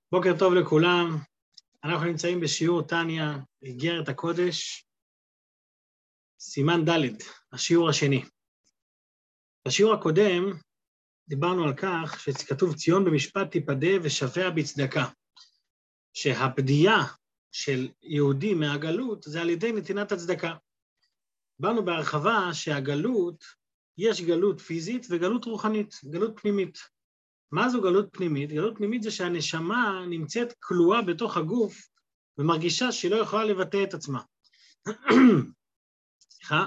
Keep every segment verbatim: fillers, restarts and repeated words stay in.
בוקר טוב לכולם, אנחנו נמצאים בשיעור תניה, איגרת הקודש, סימן ד', השיעור השני. בשיעור הקודם דיברנו על כך שכתוב ציון במשפט תיפדה ושבע בצדקה, שהפדיעה של יהודי מהגלות זה על ידי נתינת הצדקה. דיברנו בהרחבה שהגלות, יש גלות פיזית וגלות רוחנית, גלות פנימית. מה זו גלות פנימית? גלות פנימית זה שהנשמה נמצאת כלואה בתוך הגוף ומרגישה שהיא לא יכולה לבטא את עצמה. סליחה?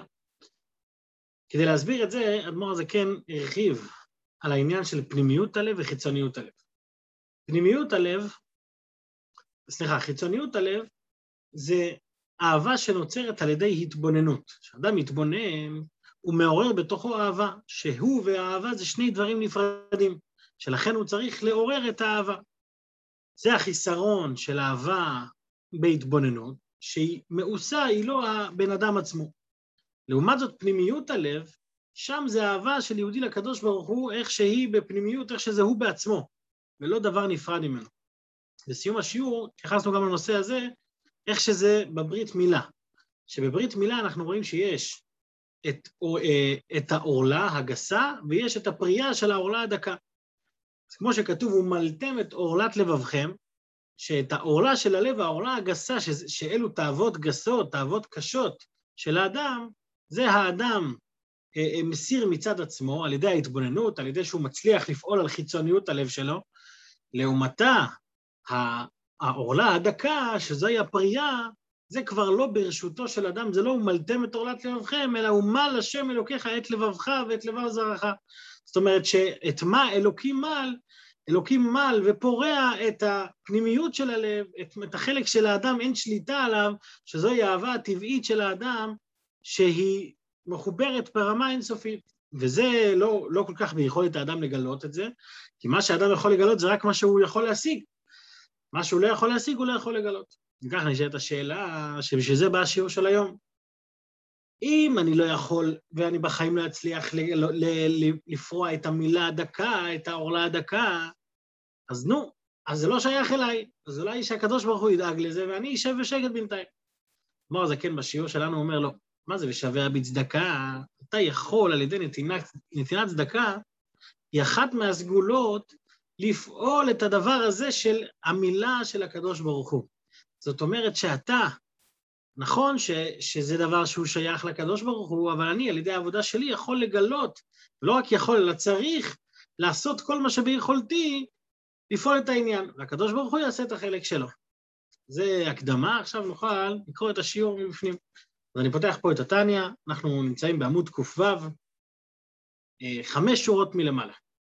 כדי להסביר את זה, אדמו"ר הזקן הרחיב על העניין של פנימיות הלב וחיצוניות הלב. פנימיות הלב, סליחה, חיצוניות הלב זה אהבה שנוצרת על ידי התבוננות. כשאדם מתבונן, הוא מעורר בתוכו אהבה, שהוא והאהבה זה שני דברים נפרדים. שלכן הוא צריך לעורר את האהבה. זה החיסרון של האהבה בהתבוננות, שהיא מאוסה, היא לא הבן אדם עצמו. לעומת זאת, פנימיות הלב, שם זה האהבה של יהודי לקדוש ברוך הוא, איך שהיא בפנימיות, איך שזה הוא בעצמו, ולא דבר נפרד ממנו. בסיום השיעור, התייחסנו גם לנושא הזה, איך שזה בברית מילה. שבברית מילה אנחנו רואים שיש את, את העורלה הגסה, ויש את הפרייה של העורלה הדקה. אז כמו שכתוב, הוא מלתם את עורלת לבבכם, שאת העורלה של הלב, העורלה הגסה, ש... שאלו תאוות גסות, תאוות קשות של האדם, זה האדם אה, מסיר מצד עצמו, על ידי ההתבוננות, על ידי שהוא מצליח לפעול על חיצוניות הלב שלו, לעומתה, העורלה הדקה, שזוהי הפרייה, זה כבר לא ברשותו של אדם, זה לא הוא מלתם את עורלת לבבכם, אלא הוא מל השם אלוקיך את לבבך ואת לבב זרעך. זאת אומרת שאת מה אלוקים מל, אלוקים מל ופורע את הפנימיות של הלב, את, את החלק של האדם אין שליטה עליו, שזוהי האהבה הטבעית של האדם, שהיא מחוברת ברמה אינסופית. וזה לא, לא כל כך ביכולת האדם לגלות את זה, כי מה שהאדם יכול לגלות זה רק מה שהוא יכול להשיג. מה שהוא לא יכול להשיג הוא לא יכול לגלות. וכך נשאלת השאלה שבשביל זה בא השיעור של היום. אם אני לא יכול, ואני בחיים לא אצליח ל- ל- ל- לפרוע את המילה הדקה, את העורלה הדקה, אז נו, אז זה לא שייך אליי, אז אולי שהקדוש ברוך הוא ידאג לזה, ואני אשב בשקט בינתיים. אדמו"ר הזקן בשיעור שלנו אומר לו, מה זה ושבע בצדקה? אתה יכול על ידי נתינת, נתינת צדקה, היא אחת מהסגולות לפעול את הדבר הזה של המילה של הקדוש ברוך הוא. זאת אומרת שאתה, נכון ש, שזה דבר שהוא שייך לקדוש ברוך הוא, אבל אני על ידי העבודה שלי יכול לגלות, לא רק יכול, אלא צריך לעשות כל מה שביכולתי, לפעול את העניין, והקדוש ברוך הוא יעשה את החלק שלו. זה הקדמה, עכשיו נוכל לקרוא את השיעור מבפנים. אז אני פותח פה את התניה, אנחנו נמצאים בעמוד ק"ו, חמש שורות מלמעלה.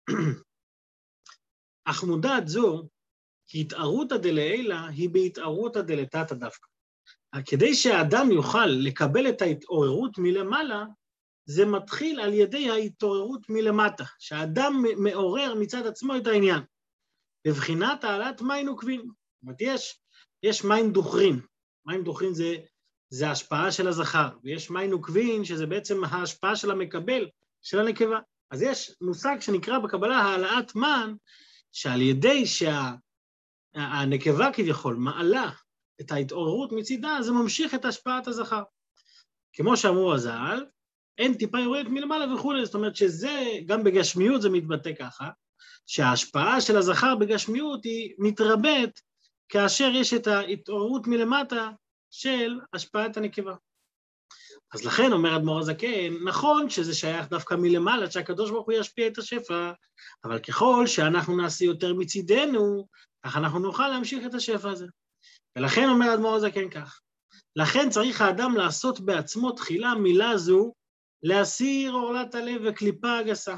אך מודעת זו, כי התערותא דלעילא היא בהתערותא דלתתא דווקא. כדי שהאדם יוכל לקבל את ההתעוררות מלמעלה, זה מתחיל על ידי ההתעוררות מלמטה, שהאדם מעורר מצד עצמו את העניין. בבחינת העלאת מים נוקבין. זאת אומרת, יש, יש מים דוחרין. מים דוחרין זה, זה ההשפעה של הזכר, ויש מים נוקבין, שזה בעצם ההשפעה של המקבל, של הנקבה. אז יש מושג שנקרא בקבלה העלאת מן, שעל ידי שהנקבה כביכול מעלה, את ההתעוררות מצידה, זה ממשיך את השפעת הזכר. כמו שאמרו הז"ל, אין טיפה יורדת מלמעלה וכו', זאת אומרת שזה, גם בגשמיות זה מתבטא ככה, שההשפעה של הזכר בגשמיות היא מתרבית, כאשר יש את ההתעוררות מלמטה של השפעת הנקבה. אז לכן אומר אדמו"ר הזקן, נכון שזה שייך דווקא מלמעלה, שהקדוש ברוך הוא ישפיע את השפע, אבל ככל שאנחנו נעשה יותר מצידנו, כך אנחנו נוכל להמשיך את השפע הזה. ולכן אומר אדמו"ר הזקן כך, לכן צריך האדם לעשות בעצמו תחילה מילה זו, להסיר עורלת הלב וקליפה הגסה.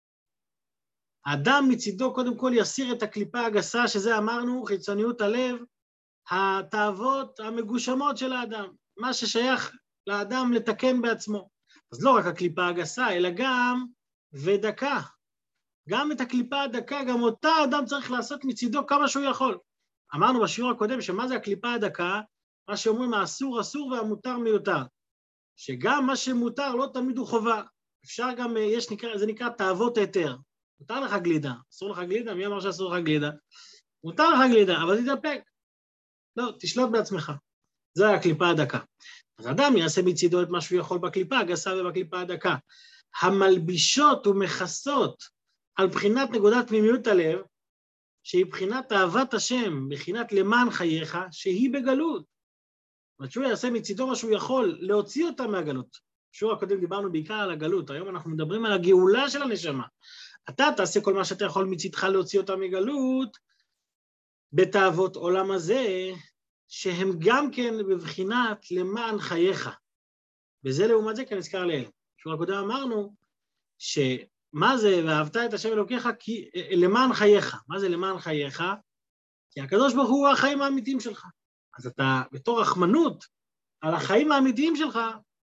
האדם מצידו קודם כל יסיר את הקליפה הגסה, שזה אמרנו חיצוניות הלב, התאוות המגושמות של האדם, מה ששייך לאדם לתקן בעצמו. אז לא רק הקליפה הגסה, אלא גם ודקה. גם את הקליפה הדקה, גם אותה האדם צריך לעשות מצידו כמה שהוא יכול. אמרנו בשיעור הקודם שמה זה הקליפה הדקה, מה שאומרים האסור אסור והמותר מיותר. שגם מה שמותר לא תמיד הוא חובה. אפשר גם, יש נקרא, זה נקרא תאוות היתר. מותר לך גלידה, אסור לך גלידה, מי אמר שאסור לך גלידה? מותר לך גלידה, אבל תתאפק. לא, תשלוט בעצמך. זה הקליפה הדקה. אז אדם יעשה מצידו את מה שהוא יכול בקליפה הגסה ובקליפה הדקה. המלבישות ומכסות על בחינת נקודת פנימיות הלב, שהיא בחינת אהבת השם, בחינת למען חייך, שהיא בגלות. זאת אומרת שהוא יעשה מצידו מה שהוא יכול להוציא אותה מהגלות. בשיעור הקודם דיברנו בעיקר על הגלות, היום אנחנו מדברים על הגאולה של הנשמה. אתה תעשה כל מה שאתה יכול מצידך להוציא אותה מגלות, בתאוות עולם הזה, שהם גם כן בבחינת למען חייך. וזה לעומת זה כנזכר לאל. בשיעור הקודם אמרנו, שמה זה, ואהבת את השם אלוקיך, כי, למען חייך. מה זה למען חייך? כי הקדוש ברוך הוא החיים האמיתיים שלך. אז אתה בתור רחמנות על החיים האמיתיים שלך,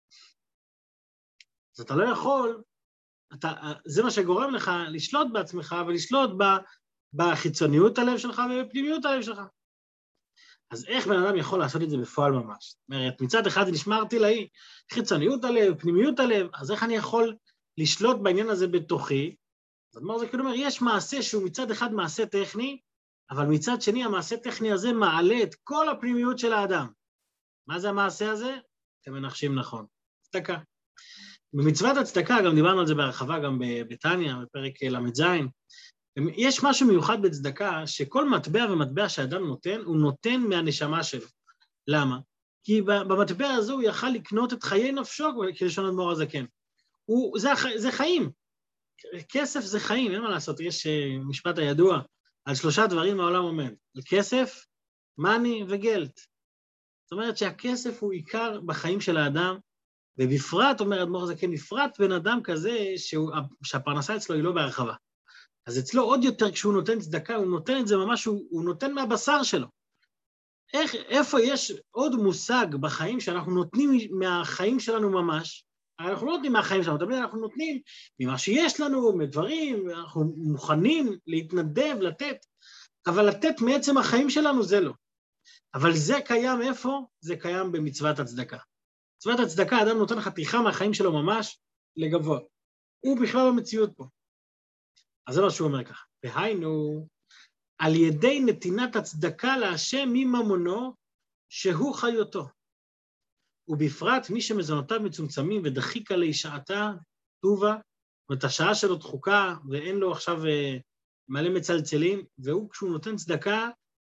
אז אתה לא יכול, אתה, זה מה שגורם לך לשלוט בעצמך ולשלוט ב, בחיצוניות הלב שלך ובפנימיות הלב שלך. אז איך בן אדם יכול לעשות את זה בפועל ממש? זאת אומרת, מצד אחד זה נשמע ארטילאי, חיצוניות הלב, פנימיות הלב, אז איך אני יכול לשלוט בעניין הזה בתוכי? אז אדמו"ר זה כאילו אומר, יש מעשה שהוא מצד אחד מעשה טכני, אבל מצד שני המעשה הטכני הזה מעלה את כל הפנימיות של האדם. מה זה המעשה הזה? אתם מנחשים נכון. צדקה. במצוות הצדקה, גם דיברנו על זה בהרחבה גם בתניא, בפרק למד ז', יש משהו מיוחד בצדקה, שכל מטבע ומטבע שאדם נותן, הוא נותן מהנשמה שלו. למה? כי במטבע הזו הוא יכל לקנות את חיי נפשו, כלשון אדמו"ר הזקן. הוא, זה, זה חיים. כסף זה חיים, אין מה לעשות. יש משפט הידוע, על שלושה דברים העולם עומד. על כסף, מאני וגלט. זאת אומרת שהכסף הוא עיקר בחיים של האדם, ובפרט, אומר אדמו"ר הזקן, בפרט בן אדם כזה שהוא, שהפרנסה אצלו היא לא בהרחבה. אז אצלו עוד יותר כשהוא נותן צדקה, הוא נותן את זה ממש, הוא, הוא נותן מהבשר שלו. איך, איפה יש עוד מושג בחיים שאנחנו נותנים מהחיים שלנו ממש? אנחנו לא נותנים מהחיים שלנו, תמיד אנחנו נותנים ממה שיש לנו, מדברים, אנחנו מוכנים להתנדב, לתת, אבל לתת מעצם החיים שלנו זה לא. אבל זה קיים איפה? זה קיים במצוות הצדקה. מצוות הצדקה, אדם נותן חתיכה מהחיים שלו ממש לגבוה. הוא בכלל במציאות פה. אז זה מה שהוא אומר ככה. והיינו, על ידי נתינת הצדקה להשם מממונו, שהוא חיותו. ובפרט מי שמזונותיו מצומצמים ודחיק עלי שעתה, טובה, ואת השעה שלו דחוקה, ואין לו עכשיו מלא מצלצלים, והוא כשהוא נותן צדקה,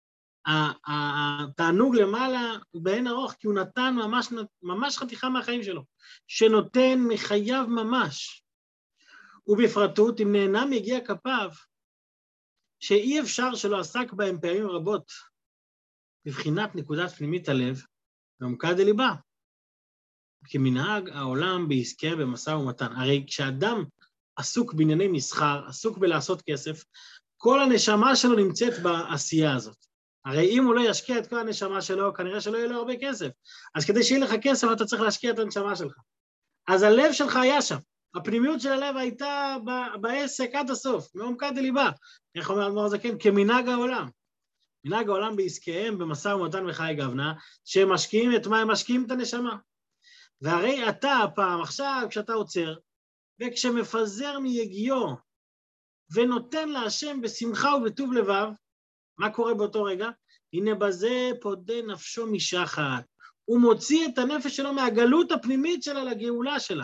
התענוג למעלה הוא בעין ארוך, כי הוא נתן ממש, ממש חתיכה מהחיים שלו, שנותן מחייו ממש. ובפרטות, אם נהנה מגיע כפיו, שאי אפשר שלא עסק בהם פעמים רבות, בבחינת נקודת פנימית הלב, ועומקה דליבה. כמנהג העולם בעסקי במשא ומתן. הרי כשאדם עסוק בענייני מסחר, עסוק בלעשות כסף, כל הנשמה שלו נמצאת בעשייה הזאת. הרי אם הוא לא ישקיע את כל הנשמה שלו, כנראה שלא יהיה לו הרבה כסף. אז כדי שיהיה לך כסף, אתה צריך להשקיע את הנשמה שלך. אז הלב שלך היה שם. הפנימיות של הלב הייתה בעסק עד הסוף, מעומקה דליבה. איך אומר אדמו"ר הזקן? כמנהג העולם. מנהג העולם בעסקיהם, במשא ומתן וחי גוונה, שהם משקיעים את מה? הם משקיעים את הנשמה. והרי אתה הפעם, עכשיו כשאתה עוצר, וכשמפזר מיגיעו, ונותן להשם בשמחה ובטוב לבב, מה קורה באותו רגע? הנה בזה פודה נפשו משחת. הוא מוציא את הנפש שלו מהגלות הפנימית שלה לגאולה שלה.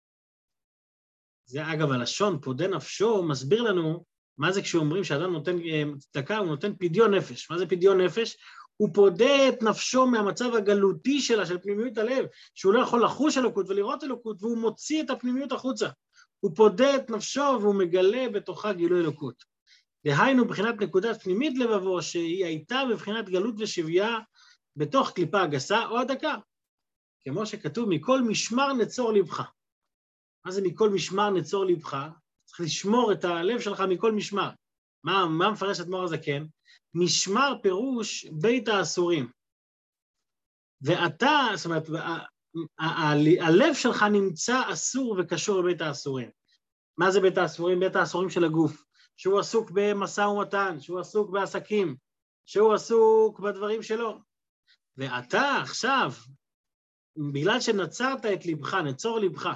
זה אגב הלשון, פודה נפשו, מסביר לנו מה זה כשאומרים שאדם נותן צדקה, הוא נותן פדיון נפש. מה זה פדיון נפש? הוא פודה את נפשו מהמצב הגלותי שלה, של פנימיות הלב, שהוא לא יכול לחוש אלוקות ולראות אלוקות, והוא מוציא את הפנימיות החוצה. הוא פודה את נפשו והוא מגלה בתוכה גילוי אלוקות. דהיינו בחינת נקודת פנימית לבבו, שהיא הייתה בבחינת גלות ושביה בתוך קליפה הגסה או הדקה. כמו שכתוב, מכל משמר נצור לבך. מה זה מכל משמר נצור לבך? צריך לשמור את הלב שלך מכל משמר. מה, מה מפרש אדמו"ר הזקן? משמר פירוש בית האסורים. ואתה, זאת אומרת, הלב שלך נמצא אסור וקשור לבית האסורים. מה זה בית האסורים? בית האסורים של הגוף. שהוא עסוק במשא ומתן, שהוא עסוק בעסקים, שהוא עסוק בדברים שלו. ואתה עכשיו, בגלל שנצרת את לבך, נצור לבך,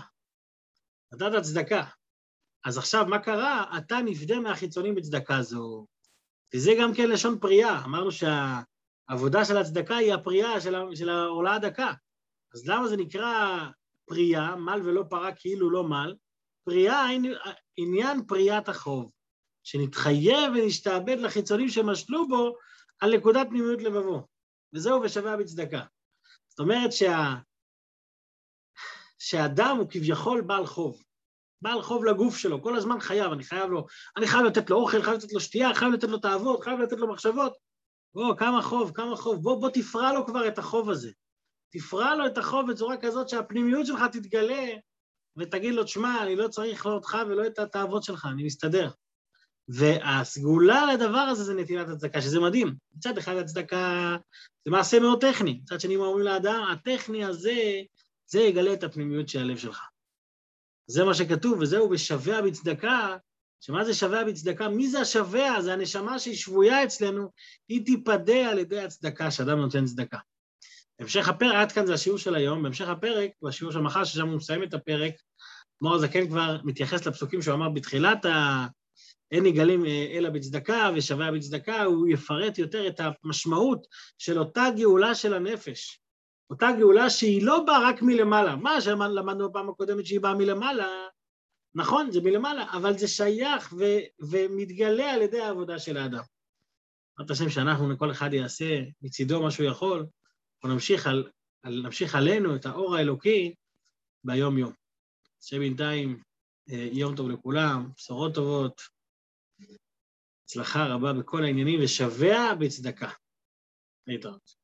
נתת צדקה, אז עכשיו מה קרה? אתה נפדה מהחיצונים בצדקה זו. וזה גם כן לשון פריאה, אמרנו שהעבודה של הצדקה היא הפריאה של, של העולה הדקה. אז למה זה נקרא פריאה, מל ולא פרה כאילו לא מל? פריאה, עניין פריאת החוב, שנתחייב ונשתעבד לחיצונים שמשלו בו על נקודת פנימיות לבבו, וזהו ושווה בצדקה. זאת אומרת שה... שהאדם הוא כביכול בעל חוב, בעל חוב לגוף שלו, כל הזמן חייב, אני חייב לו, אני חייב לתת לו אוכל, חייב לתת לו שתייה, חייב לתת לו תאוות, חייב לתת לו מחשבות. בוא, כמה חוב, כמה חוב, בוא, בוא תפרע לו כבר את החוב הזה. תפרע לו את החוב בצורה כזאת שהפנימיות שלך תתגלה, ותגיד לו, תשמע, אני לא צריך לא אותך ולא את התאוות שלך, אני מסתדר. והסגולה לדבר הזה זה נתינת הצדקה, שזה מדהים. מצד אחד הצדקה זה מעשה מאוד טכני, מצד שני אומרים לאדם, הטכני הזה, זה יגלה את הפנימיות של הלב שלך. זה מה שכתוב, וזהו בשווה בצדקה, שמה זה שווה בצדקה? מי זה השווה? זה הנשמה שהיא שבויה אצלנו, היא תיפדה על ידי הצדקה, שאדם נותן צדקה. בהמשך הפרק, עד כאן זה השיעור של היום, בהמשך הפרק, בשיעור של מחר, ששם הוא מסיים את הפרק, מור הזקן כבר מתייחס לפסוקים שהוא אמר בתחילת ה... אין יגלים אלא בצדקה ושווה בצדקה, הוא יפרט יותר את המשמעות של אותה גאולה של הנפש. אותה גאולה שהיא לא באה רק מלמעלה. מה שלמדנו בפעם הקודמת שהיא באה מלמעלה, נכון, זה מלמעלה, אבל זה שייך ו- ומתגלה על ידי העבודה של האדם. את השם שאנחנו, כל אחד יעשה מצידו מה שהוא יכול, ונמשיך על, על, נמשיך עלינו את האור האלוקי ביום יום. שבינתיים יום טוב לכולם, בשורות טובות, הצלחה רבה בכל העניינים ושווה בצדקה. להתראות.